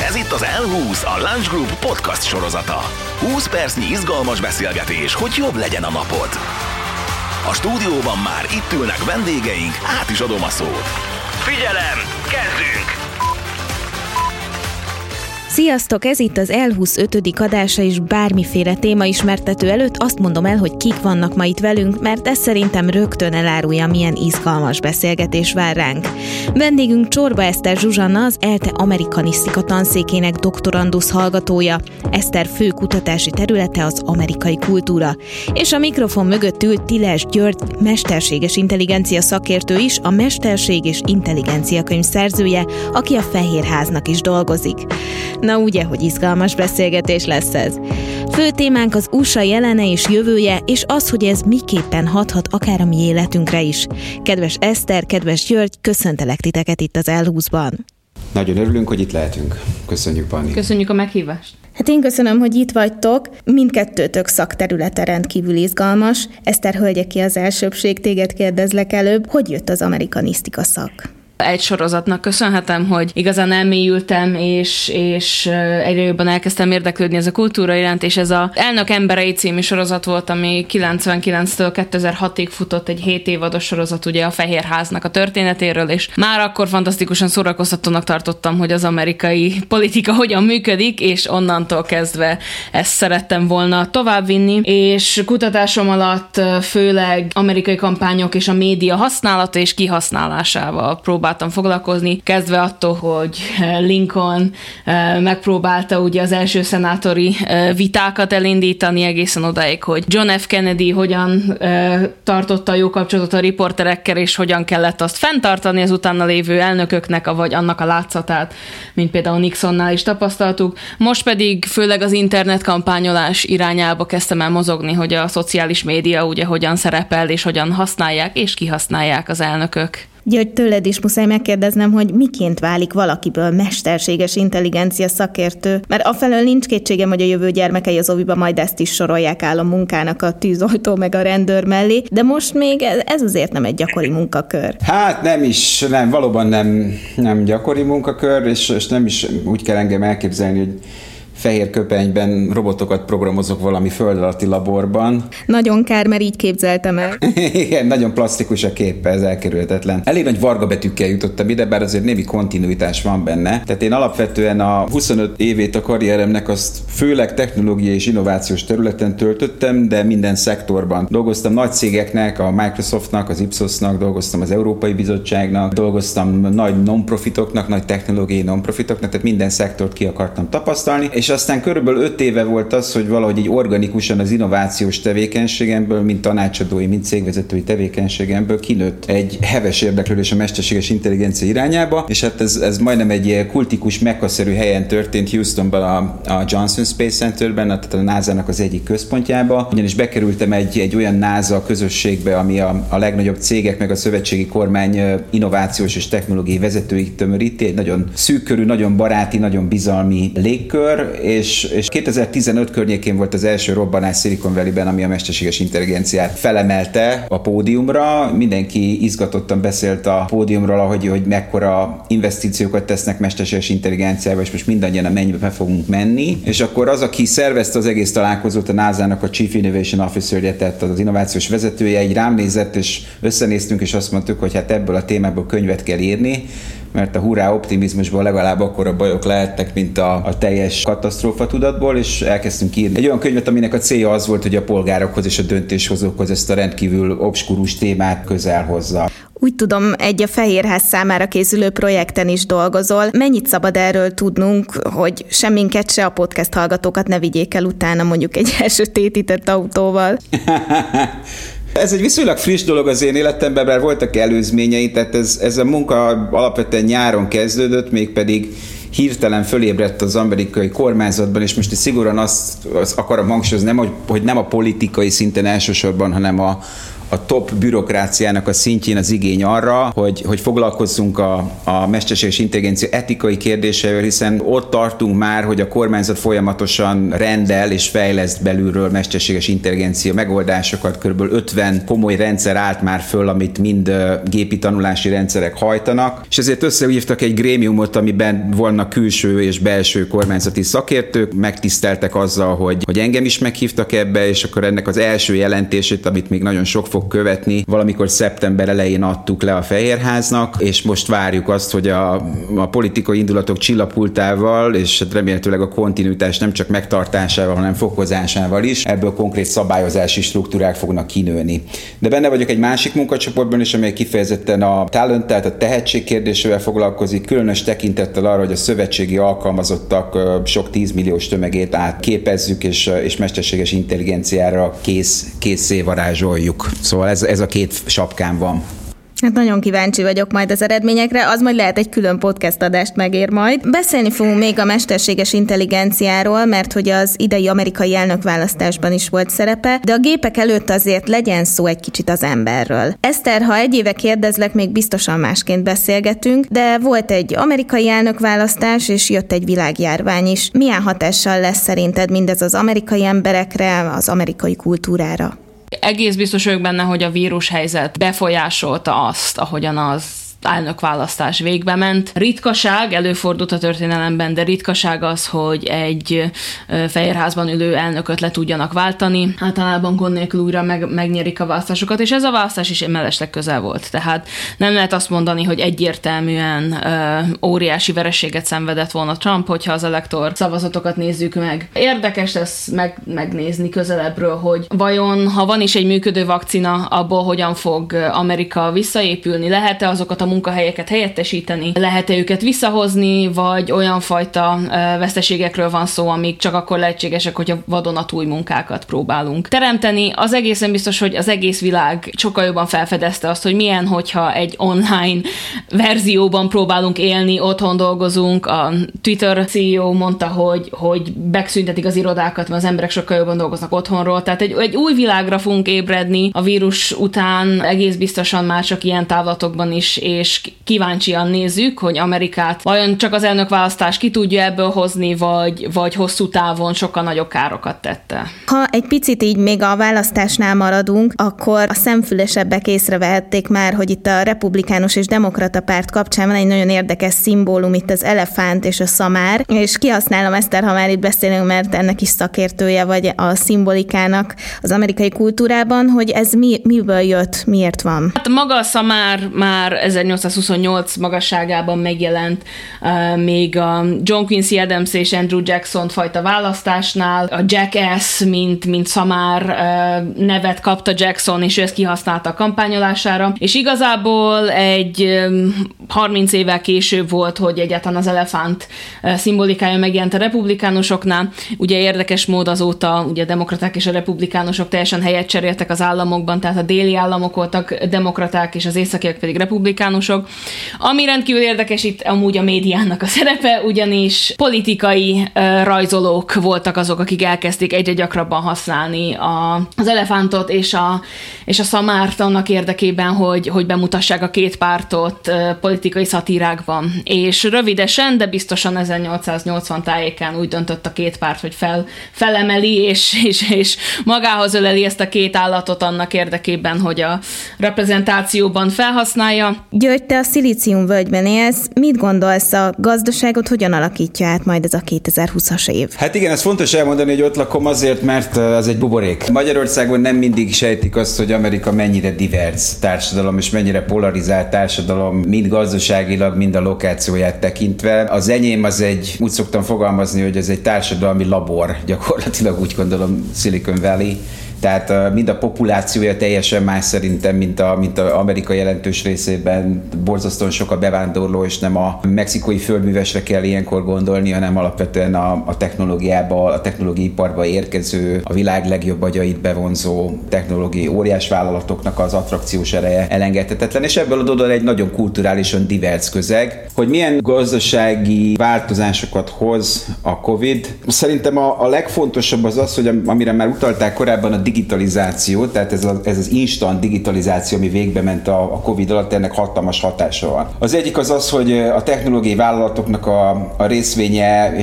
Ez itt az L20, a Lunch Group podcast sorozata. 20 percnyi izgalmas beszélgetés, hogy jobb legyen a napod. A stúdióban már itt ülnek vendégeink, át is adom a szót. Figyelem, kezdünk! Sziasztok, ez itt az L20 5. adása, és bármiféle témaismertető előtt azt mondom el, hogy kik vannak ma itt velünk, mert ez szerintem rögtön elárulja, milyen izgalmas beszélgetés vár ránk. Vendégünk Csorba Eszter Zsuzsanna, az ELTE amerikanisztika tanszékének doktorandusz hallgatója. Eszter fő kutatási területe az amerikai kultúra. És a mikrofon mögött ült Tiles György, mesterséges intelligencia szakértő is, a Mesterség és Intelligencia könyv szerzője, aki a Fehérháznak is dolgozik. Na ugye, hogy izgalmas beszélgetés lesz ez. Fő témánk az USA jelene és jövője, és az, hogy ez miképpen hathat akár a mi életünkre is. Kedves Eszter, kedves György, köszöntelek titeket itt az L20-ban. Nagyon örülünk, hogy itt lehetünk. Köszönjük, Panni. Köszönjük a meghívást. Hát én köszönöm, hogy itt vagytok. Mindkettőtök szakterülete rendkívül izgalmas. Eszter, hölgye ki az elsőbbség, téged kérdezlek előbb. Hogy jött az amerikanisztika szak? Egy sorozatnak köszönhetem, hogy igazán elmélyültem, és egyre jobban elkezdtem érdeklődni ez a kultúra iránt, és ez az Elnök emberei című sorozat volt, ami 99-től 2006-ig futott, egy 7 évados sorozat ugye a Fehérháznak a történetéről, és már akkor fantasztikusan szórakoztatónak tartottam, hogy az amerikai politika hogyan működik, és onnantól kezdve ezt szerettem volna továbbvinni, és kutatásom alatt főleg amerikai kampányok és a média használata és kihasználásával próbáltam foglalkozni, kezdve attól, hogy Lincoln megpróbálta ugye az első szenátori vitákat elindítani, egészen odáig, hogy John F. Kennedy hogyan tartotta a jó kapcsolatot a riporterekkel, és hogyan kellett azt fenntartani az utána lévő elnököknek, vagy annak a látszatát, mint például Nixonnál is tapasztaltuk. Most pedig főleg az internetkampányolás irányába kezdtem el mozogni, hogy a szociális média ugye hogyan szerepel, és hogyan használják, és kihasználják az elnökök. György, tőled is muszáj megkérdeznem, hogy miként válik valakiből mesterséges intelligencia szakértő, mert afelől nincs kétségem, hogy a jövő gyermekei az oviba majd ezt is sorolják állammunkának, a tűzoltó meg a rendőr mellé, de most még ez azért nem egy gyakori munkakör. Hát nem, valóban nem gyakori munkakör, és nem is úgy kell engem elképzelni, hogy fehér köpenyben robotokat programozok valami föld alatti laborban. Nagyon kár, mert így képzeltem el. Igen, nagyon plastikus a kép, ez elkerülhetetlen. Elég nagy varga betűkkel jutottam ide, bár azért némi kontinuitás van benne. Tehát én alapvetően a 25 évét a karrieremnek azt főleg technológiai és innovációs területen töltöttem, de minden szektorban. Dolgoztam nagy cégeknek, a Microsoftnak, az Ipsosnak, dolgoztam az Európai Bizottságnak, dolgoztam nagy non-profitoknak, nagy technológiai non-profitoknak, tehát minden szektort ki akartam tapasztalni. És aztán körülbelül 5 éve volt az, hogy valahogy így organikusan az innovációs tevékenységemből, mint tanácsadói, mint cégvezetői tevékenységemből kinőtt egy heves érdeklődés a mesterséges intelligencia irányába, és hát ez majdnem egy kultikus mekkaszerű helyen történt Houstonban, a Johnson Space Centerben, tehát a NASA-nak az egyik központjába, ugyanis bekerültem egy olyan NASA közösségbe, ami a legnagyobb cégek meg a szövetségi kormány innovációs és technológiai vezetőit tömöríti, egy nagyon szűkkörű, nagyon baráti, nagyon bizalmi légkör, és 2015 környékén volt az első robbanás Silicon Valley-ben, ami a mesterséges intelligenciát felemelte a pódiumra. Mindenki izgatottan beszélt a pódiumról, hogy mekkora investíciókat tesznek mesterséges intelligenciába, és most mindannyian a mennybe fogunk menni. És akkor az, aki szervezte az egész találkozót, a NASA-nak a Chief Innovation Officer-je, tehát az innovációs vezetője, így rám nézett, és összenéztünk, és azt mondtuk, hogy hát ebből a témából könyvet kell írni, mert a hurrá optimizmusból legalább akkora bajok lehettek, mint a teljes katasztrófa tudatból, és elkezdtünk írni egy olyan könyvet, aminek a célja az volt, hogy a polgárokhoz és a döntéshozókhoz ezt a rendkívül obskurus témát közel hozza. Úgy tudom, a Fehérház számára készülő projekten is dolgozol. Mennyit szabad erről tudnunk, hogy sem minket, se a podcast hallgatókat ne vigyék el utána mondjuk egy elsötétített autóval? Ez egy viszonylag friss dolog az én életemben, mert voltak előzményei, tehát ez a munka alapvetően nyáron kezdődött, mégpedig hirtelen fölébredt az amerikai kormányzatban, és most szigorúan azt akarom hangsúlyozni, hogy nem a politikai szinten elsősorban, hanem a a top bürokráciának a szintjén az igény arra, hogy foglalkozzunk a mesterséges intelligencia etikai kérdéseivel, hiszen ott tartunk már, hogy a kormányzat folyamatosan rendel és fejleszt belülről mesterséges intelligencia megoldásokat. Körülbelül 50 komoly rendszer állt már föl, amit mind gépi tanulási rendszerek hajtanak, és ezért összehívtak egy grémiumot, amiben vannak külső és belső kormányzati szakértők, megtiszteltek azzal, hogy engem is meghívtak ebbe, és akkor ennek az első jelentését, amit még nagyon sok fog követni, valamikor szeptember elején adtuk le a Fehérháznak, és most várjuk azt, hogy a politikai indulatok csillapultával, és remélhetőleg a kontinuitás nem csak megtartásával, hanem fokozásával is, ebből konkrét szabályozási struktúrák fognak kinőni. De benne vagyok egy másik munkacsoportban is, amely kifejezetten a talent, tehát a tehetség kérdésével foglalkozik, különös tekintettel arra, hogy a szövetségi alkalmazottak sok 10 milliós tömegét átképezzük, és mesterséges intelligenciára készé varázsoljuk. Szóval ez a két sapkám van. Hát nagyon kíváncsi vagyok majd az eredményekre, az majd lehet egy külön podcast adást megér majd. Beszélni fogunk még a mesterséges intelligenciáról, mert hogy az idei amerikai elnökválasztásban is volt szerepe, de a gépek előtt azért legyen szó egy kicsit az emberről. Eszter, ha egy éve kérdezlek, még biztosan másként beszélgetünk, de volt egy amerikai elnökválasztás, és jött egy világjárvány is. Milyen hatással lesz szerinted mindez az amerikai emberekre, az amerikai kultúrára? Egész biztos vagyok benne, hogy a vírushelyzet befolyásolta azt, ahogyan az elnökválasztás végbe ment. Ritkaság, előfordult a történelemben, de ritkaság az, hogy egy Fehérházban ülő elnököt le tudjanak váltani. Általában gond nélkül újra megnyerik a választásokat, és ez a választás is mellesleg közel volt. Tehát nem lehet azt mondani, hogy egyértelműen óriási vereséget szenvedett volna Trump, hogyha az elektor szavazatokat nézzük meg. Érdekes lesz megnézni közelebbről, hogy vajon, ha van is egy működő vakcina, abból hogyan fog Amerika visszaépülni, lehet-e azokat a munkahelyeket helyettesíteni, lehet-e őket visszahozni, vagy olyan fajta veszteségekről van szó, amik csak akkor lehetségesek, hogyha vadonatúj munkákat próbálunk teremteni. Az egészen biztos, hogy az egész világ sokkal jobban felfedezte azt, hogy milyen, hogyha egy online verzióban próbálunk élni, otthon dolgozunk. A Twitter CEO mondta, hogy megszüntetik az irodákat, mert az emberek sokkal jobban dolgoznak otthonról. Tehát egy új világra fogunk ébredni a vírus után, egész biztosan már csak ilyen távlatokban is, és kíváncsian nézzük, hogy Amerikát vajon csak az elnökválasztás ki tudja ebből hozni, vagy hosszú távon sokkal nagyobb károkat tette. Ha egy picit így még a választásnál maradunk, akkor a szemfülesebbek észrevehették már, hogy itt a republikánus és demokrata párt kapcsán van egy nagyon érdekes szimbólum, itt az elefánt és a szamár, és kihasználom, Eszter, ha már itt beszélünk, mert ennek is szakértője vagy a szimbolikának az amerikai kultúrában, hogy ez miből jött, miért van? Hát maga a szamár már 1828 magasságában megjelent, még a John Quincy Adams és Andrew Jackson fajta választásnál. A Jackass, mint szamár nevet kapta Jackson, és ő ezt kihasználta a kampányolására. És igazából egy 30 évvel később volt, hogy egyáltalán az elefánt szimbolikája megjelent a republikánusoknál. Ugye érdekes mód azóta ugye a demokraták és a republikánusok teljesen helyet cseréltek az államokban, tehát a déli államok voltak demokraták, és az északiak pedig republikánusok. Ami rendkívül érdekes itt amúgy a médiának a szerepe, ugyanis politikai rajzolók voltak azok, akik elkezdték egyre gyakrabban használni az elefántot és a szamárt annak érdekében, hogy bemutassák a két pártot politikai szatírákban. És rövidesen, de biztosan 1880 tájékán úgy döntött a két párt, hogy felemeli, és magához öleli ezt a két állatot annak érdekében, hogy a reprezentációban felhasználja. György, te a Szilíciumvölgyben élsz, mit gondolsz, a gazdaságot hogyan alakítja át majd ez a 2020-as év? Hát igen, ez fontos elmondani, hogy ott lakom azért, mert ez egy buborék. Magyarországon nem mindig sejtik azt, hogy Amerika mennyire divers társadalom, és mennyire polarizált társadalom, mind gazdaságilag, mind a lokációját tekintve. Az enyém az úgy szoktam fogalmazni, hogy ez egy társadalmi labor, gyakorlatilag úgy gondolom Silicon Valley. Tehát mind a populációja teljesen más szerintem, mint a Amerika jelentős részében. Borzasztóan sok a bevándorló, és nem a mexikói földművesre kell ilyenkor gondolni, hanem alapvetően a technológiába, a technológiai iparba érkező, a világ legjobb agyait bevonzó technológiai óriás vállalatoknak az attrakciós ereje elengedhetetlen, és ebből adódóan egy nagyon kulturálisan divers közeg. Hogy milyen gazdasági változásokat hoz a Covid? Szerintem a legfontosabb az, hogy amire már utalták korábban, a digitalizáció, tehát ez az instant digitalizáció, ami végbe ment a Covid alatt, ennek hatalmas hatása van. Az egyik az, hogy a technológiai vállalatoknak a részvényei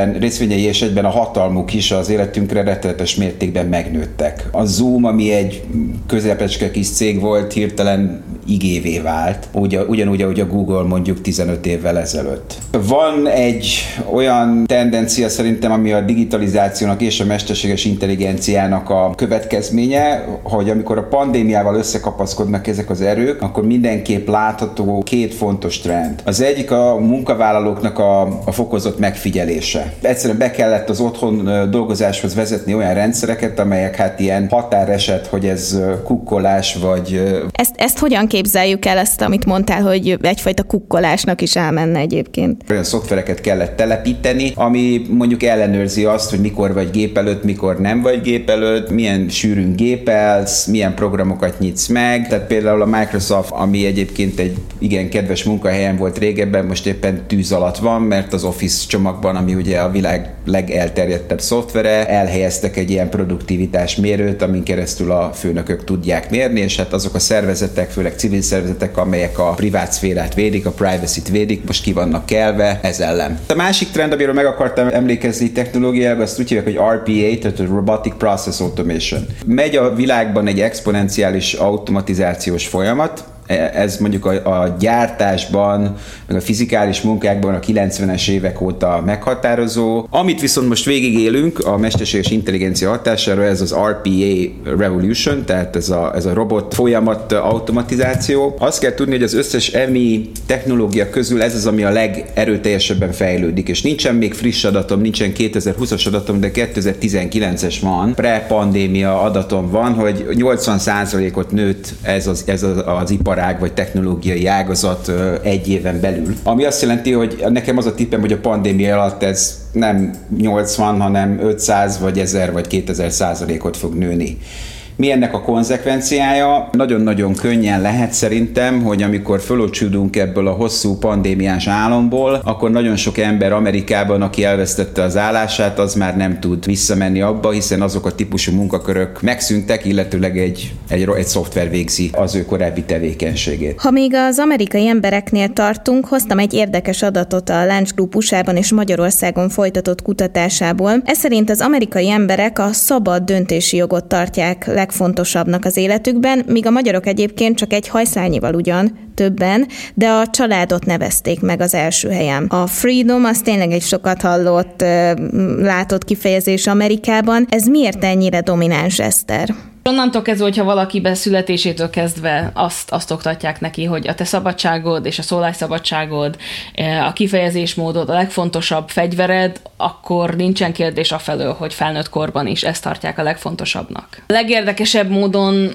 és egyben a hatalmuk is az életünkre rettenetes mértékben megnőttek. A Zoom, ami egy közepecske kis cég volt, hirtelen igévé vált, ugyanúgy, ahogy a Google mondjuk 15 évvel ezelőtt. Van egy olyan tendencia szerintem, ami a digitalizációnak és a mesterséges intelligenciának a következménye, hogy amikor a pandémiával összekapaszkodnak ezek az erők, akkor mindenképp látható két fontos trend. Az egyik a munkavállalóknak a fokozott megfigyelése. Egyszerűen be kellett az otthon dolgozáshoz vezetni olyan rendszereket, amelyek hát ilyen határeset, hogy ez kukkolás vagy... Ezt hogyan képzeljük el, ezt, amit mondtál, hogy egyfajta kukkolásnak is elmenne egyébként? Olyan szoftvereket kellett telepíteni, ami mondjuk ellenőrzi azt, hogy mikor vagy gép előtt, mikor nem vagy gép előtt, milyen sűrűn gépelsz, milyen programokat nyitsz meg. Tehát például a Microsoft, ami egyébként egy igen kedves munkahelyen volt régebben, most éppen tűz alatt van, mert az Office csomagban, ami ugye a világ legelterjedtebb szoftvere, elhelyeztek egy ilyen produktivitás mérőt, amin keresztül a főnökök tudják mérni, és hát azok a szervezetek, főleg civil szervezetek, amelyek a privát szférát védik, a privacy-t védik, most ki vannak kelve ez ellen. A másik trend, amiről meg akartam emlékezni technológiában, azt úgy hívják, hogy RPA, tehát a Robotic Process Automation. Megy a világban egy exponenciális automatizációs folyamat, ez mondjuk a gyártásban, meg a fizikális munkákban a 90-es évek óta meghatározó. Amit viszont most végigélünk a mesterséges intelligencia hatására, ez az RPA Revolution, tehát ez a robot folyamat automatizáció. Azt kell tudni, hogy az összes EMI technológia közül ez az, ami a legerőteljesebben fejlődik, és nincsen még friss adatom, nincsen 2020-as adatom, de 2019-es van, pre-pandémia adatom van, hogy 80%-ot nőtt ez az iparág vagy technológiai ágazat egy éven belül. Ami azt jelenti, hogy nekem az a tippem, hogy a pandémia alatt ez nem 80, hanem 500 vagy 1000 vagy 2000%-ot fog nőni. Mi ennek a konzekvenciája? Nagyon-nagyon könnyen lehet szerintem, hogy amikor fölöcsülünk ebből a hosszú pandémiás álomból, akkor nagyon sok ember Amerikában, aki elvesztette az állását, az már nem tud visszamenni abba, hiszen azok a típusú munkakörök megszűntek, illetőleg egy szoftver végzi az ő korábbi tevékenységét. Ha még az amerikai embereknél tartunk, hoztam egy érdekes adatot a Lunch Group USA-ban és Magyarországon folytatott kutatásából. Ez szerint az amerikai emberek a szabad döntési jogot tartják legfontosabbnak az életükben, míg a magyarok egyébként csak egy hajszálnyival ugyan többen, de a családot nevezték meg az első helyen. A freedom az tényleg egy sokat hallott, látott kifejezés Amerikában. Ez miért ennyire domináns, Eszter? Onnantól kezdve, hogyha valakiben születésétől kezdve azt oktatják neki, hogy a te szabadságod és a szólásszabadságod, a kifejezésmódod a legfontosabb fegyvered, akkor nincsen kérdés afelől, hogy felnőtt korban is ezt tartják a legfontosabbnak. A legérdekesebb módon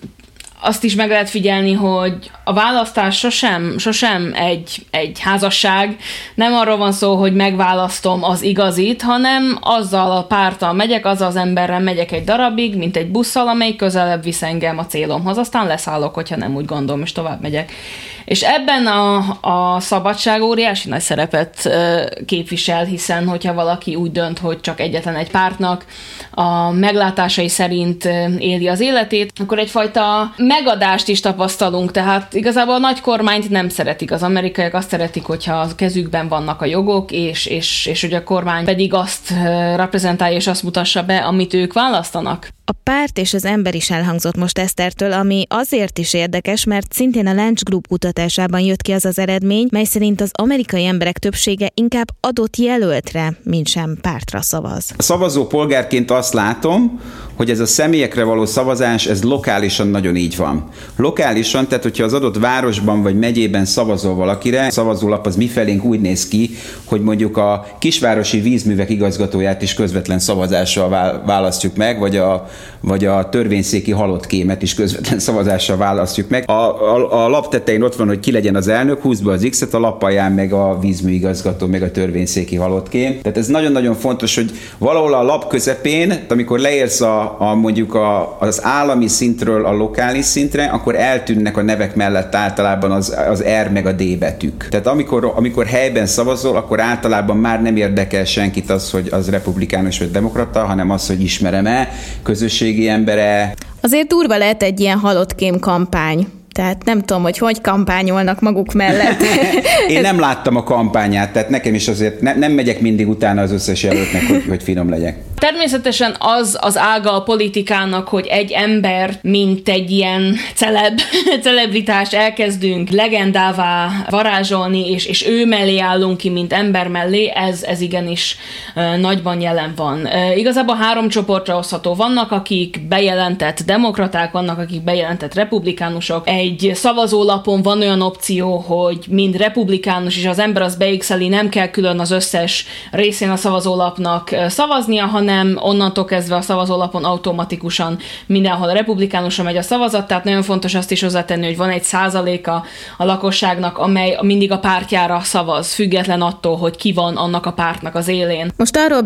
azt is meg lehet figyelni, hogy a választás sosem egy házasság, nem arról van szó, hogy megválasztom az igazit, hanem azzal a párttal megyek, azzal az emberrel megyek egy darabig, mint egy busszal, amely közelebb visz engem a célomhoz, aztán leszállok, hogyha nem úgy gondolom, és tovább megyek. És ebben a szabadság óriási nagy szerepet képvisel, hiszen hogyha valaki úgy dönt, hogy csak egyetlen egy pártnak a meglátásai szerint éli az életét, akkor egyfajta megadást is tapasztalunk, tehát igazából a nagy kormányt nem szeretik. Az amerikaiak azt szeretik, hogyha a kezükben vannak a jogok, és hogy a kormány pedig azt reprezentálja és azt mutassa be, amit ők választanak. A párt és az ember is elhangzott most Esztertől, ami azért is érdekes, mert szintén a Lunch Group kutatásában jött ki az az eredmény, mely szerint az amerikai emberek többsége inkább adott jelöltre, mint sem pártra szavaz. A szavazó polgárként azt látom, hogy ez a személyekre való szavazás, ez lokálisan nagyon így van. Lokálisan, tehát hogyha az adott városban vagy megyében szavazol valakire, a szavazólap az mifelénk úgy néz ki, hogy mondjuk a kisvárosi vízművek igazgatóját is közvetlen szavazással választjuk meg, vagy a törvényszéki halott kémet is közvetlen szavazással választjuk meg. A lap tetején ott van, hogy ki legyen az elnök, húzd be az X-et, a lap alján meg a vízműigazgató, meg a törvényszéki halott kém. Tehát ez nagyon-nagyon fontos, hogy valahol a lap közepén, amikor leérsz mondjuk az állami szintről a lokális szintre, akkor eltűnnek a nevek mellett általában az R meg a D betűk. Tehát amikor helyben szavazol, akkor általában már nem érdekel senkit az, hogy az republikánus vagy demokrata, hanem az, hogy ismerem-e, közös közösségi embere. Azért durva lehet egy ilyen halottkém kampány. Tehát nem tudom, hogy kampányolnak maguk mellett. Én nem láttam a kampányát, tehát nekem is azért nem megyek mindig utána az összes jelöltnek, hogy finom legyek. Természetesen az ága a politikának, hogy egy ember, mint egy ilyen celebritás elkezdünk legendává varázsolni, és ő mellé állunk ki, mint ember mellé, ez igenis nagyban jelen van. Igazából 3 csoportra osztható. Vannak, akik bejelentett demokraták, vannak, akik bejelentett republikánusok. Egy szavazólapon van olyan opció, hogy mind republikánus, és az ember az beixeli, nem kell külön az összes részén a szavazólapnak szavaznia, hanem onnantól kezdve a szavazólapon automatikusan mindenhol a republikánusra megy a szavazat, tehát nagyon fontos azt is hozzátenni, hogy van egy százaléka a lakosságnak, amely mindig a pártjára szavaz, független attól, hogy ki van annak a pártnak az élén. Most arról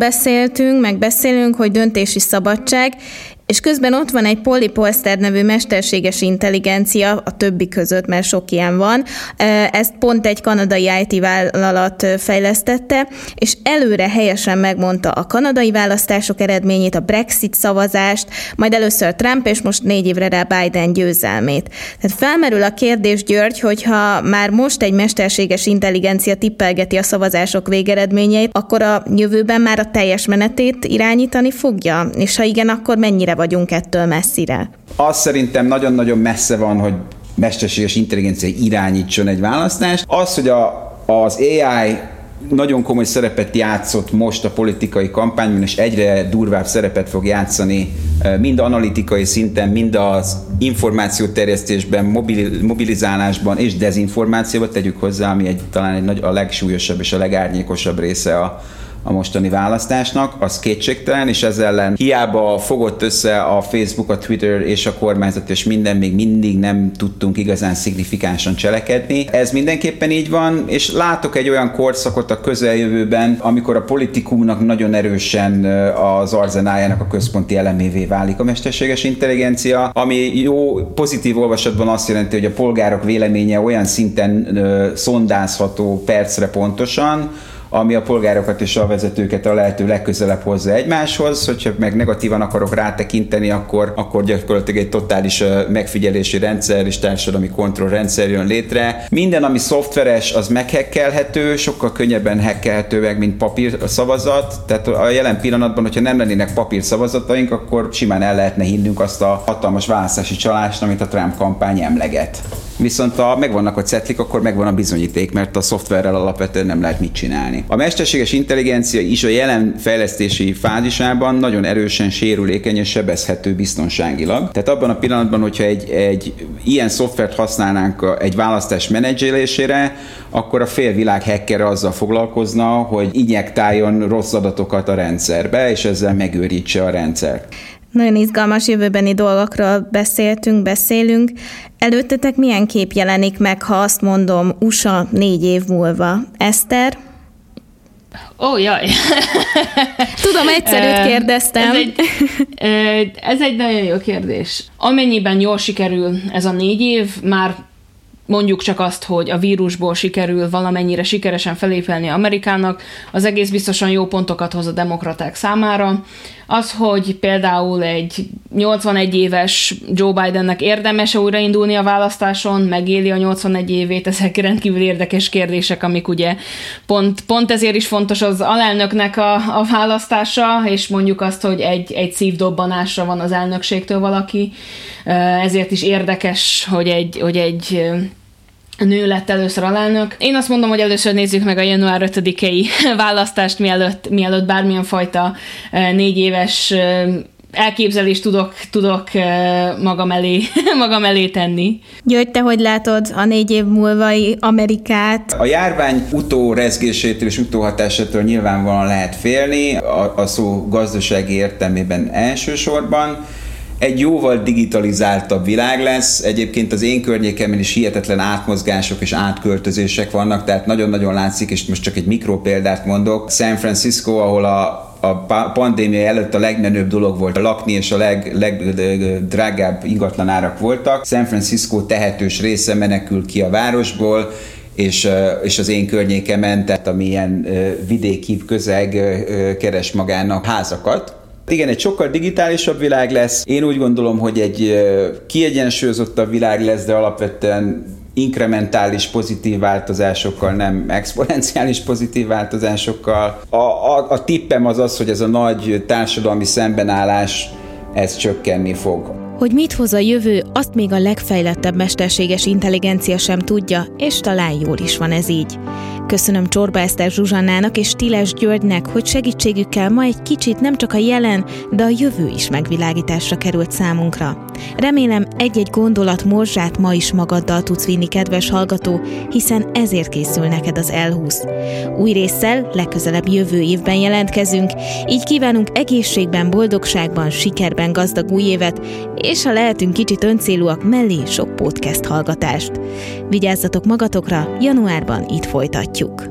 beszélünk, hogy döntési szabadság, és közben ott van egy Polly Polster nevű mesterséges intelligencia a többi között, mert sok ilyen van. Ezt pont egy kanadai IT vállalat fejlesztette, és előre helyesen megmondta a kanadai választások eredményét, a Brexit szavazást, majd először Trump, és most 4 évre rá Biden győzelmét. Tehát felmerül a kérdés, György, hogyha már most egy mesterséges intelligencia tippelgeti a szavazások végeredményeit, akkor a jövőben már a teljes menetét irányítani fogja? És ha igen, akkor mennyire vagyunk ettől messzire? Az szerintem nagyon-nagyon messze van, hogy mesterséges intelligencia irányítson egy választást. Az, hogy az AI nagyon komoly szerepet játszott most a politikai kampányban, és egyre durvább szerepet fog játszani mind analitikai szinten, mind az információterjesztésben, mobilizálásban és dezinformációban, tegyük hozzá, ami talán a legsúlyosabb és a legárnyékosabb része a mostani választásnak, az kétségtelen, és ezzel ellen hiába fogott össze a Facebook, a Twitter és a kormányzat, és még mindig nem tudtunk igazán szignifikánsan cselekedni. Ez mindenképpen így van, és látok egy olyan korszakot a közeljövőben, amikor a politikumnak nagyon erősen az arzenájának a központi elemévé válik a mesterséges intelligencia, ami jó, pozitív olvasatban azt jelenti, hogy a polgárok véleménye olyan szinten szondázható percre pontosan, ami a polgárokat és a vezetőket a lehető legközelebb hozza egymáshoz, hogyha meg negatívan akarok rátekinteni, akkor gyakorlatilag egy totális megfigyelési rendszer és társadalmi kontrollrendszer jön létre. Minden, ami szoftveres, az meghekkelhető, sokkal könnyebben hekkelhető meg, mint papírszavazat. Tehát a jelen pillanatban, hogyha nem lennének papírszavazataink, akkor simán el lehetne hinnünk azt a hatalmas választási csalást, amit a Trump kampány emleget. Viszont ha megvannak a cetlik, akkor megvan a bizonyíték, mert a szoftverrel alapvetően nem lehet mit csinálni. A mesterséges intelligencia is a jelen fejlesztési fázisában nagyon erősen sérülékeny és sebezhető biztonságilag. Tehát abban a pillanatban, hogyha egy ilyen szoftvert használnánk egy választás menedzselésére, akkor a félvilág hackere azzal foglalkozna, hogy injektáljon rossz adatokat a rendszerbe, és ezzel megőrítse a rendszert. Nagyon izgalmas jövőbeni dolgokról beszélünk. Előttetek milyen kép jelenik meg, ha azt mondom, USA 4 év múlva? Eszter? Jaj! Tudom, egyszerűt kérdeztem. Ez egy nagyon jó kérdés. Amennyiben jól sikerül ez a 4 év, már mondjuk csak azt, hogy a vírusból sikerül valamennyire sikeresen felépelni Amerikának, az egész biztosan jó pontokat hoz a demokraták számára. Az, hogy például egy 81 éves Joe Bidennek érdemes újraindulni a választáson, megéli a 81 évét, ezek rendkívül érdekes kérdések, amik ugye pont ezért is fontos az alelnöknek a választása, és mondjuk azt, hogy egy szívdobbanásra van az elnökségtől valaki. Ezért is érdekes, hogy egy nő lett először alelnök. Én azt mondom, hogy először nézzük meg a január 5-i választást, mielőtt bármilyen fajta 4 éves elképzelést tudok magam elé tenni. György, te hogy látod a 4 év múlvai Amerikát? A járvány utórezgésétől és utóhatásától nyilvánvalóan lehet félni, a szó gazdasági értelmében elsősorban. Egy jóval digitalizáltabb világ lesz. Egyébként az én környékemen is hihetetlen átmozgások és átköltözések vannak, tehát nagyon-nagyon látszik, és most csak egy mikropéldát mondok. San Francisco, ahol a pandémia előtt a legmenőbb dolog volt lakni, és a legdrágább ingatlanárak voltak. San Francisco tehetős része menekül ki a városból, és az én környékemen, tehát amilyen vidéki közeg keres magának házakat. Igen, egy sokkal digitálisabb világ lesz. Én úgy gondolom, hogy egy kiegyensúlyozottabb világ lesz, de alapvetően inkrementális pozitív változásokkal, nem exponenciális pozitív változásokkal. A tippem az, hogy ez a nagy társadalmi szembenállás, ez csökkenni fog. Hogy mit hoz a jövő, azt még a legfejlettebb mesterséges intelligencia sem tudja, és talán jól is van ez így. Köszönöm Csorba Eszter Zsuzsannának és Tiles Györgynek, hogy segítségükkel ma egy kicsit nem csak a jelen, de a jövő is megvilágításra került számunkra. Remélem egy-egy gondolat morzsát ma is magaddal tudsz vinni, kedves hallgató, hiszen ezért készül neked az L20. Új résszel legközelebb jövő évben jelentkezünk, így kívánunk egészségben, boldogságban, sikerben gazdag új évet, és ha lehetünk kicsit öncélúak, mellé sok podcast hallgatást. Vigyázzatok magatokra, januárban itt folytatjuk.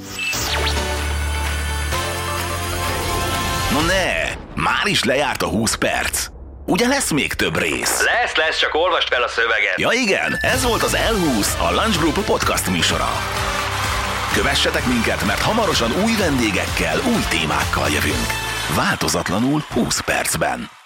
No ne, már is lejárt a 20 perc. Ugye lesz még több rész? Lesz, csak olvasd fel a szöveget. Ja igen, ez volt az L20, a Lunch Group podcast műsora. Kövessetek minket, mert hamarosan új vendégekkel, új témákkal jövünk. Változatlanul 20 percben.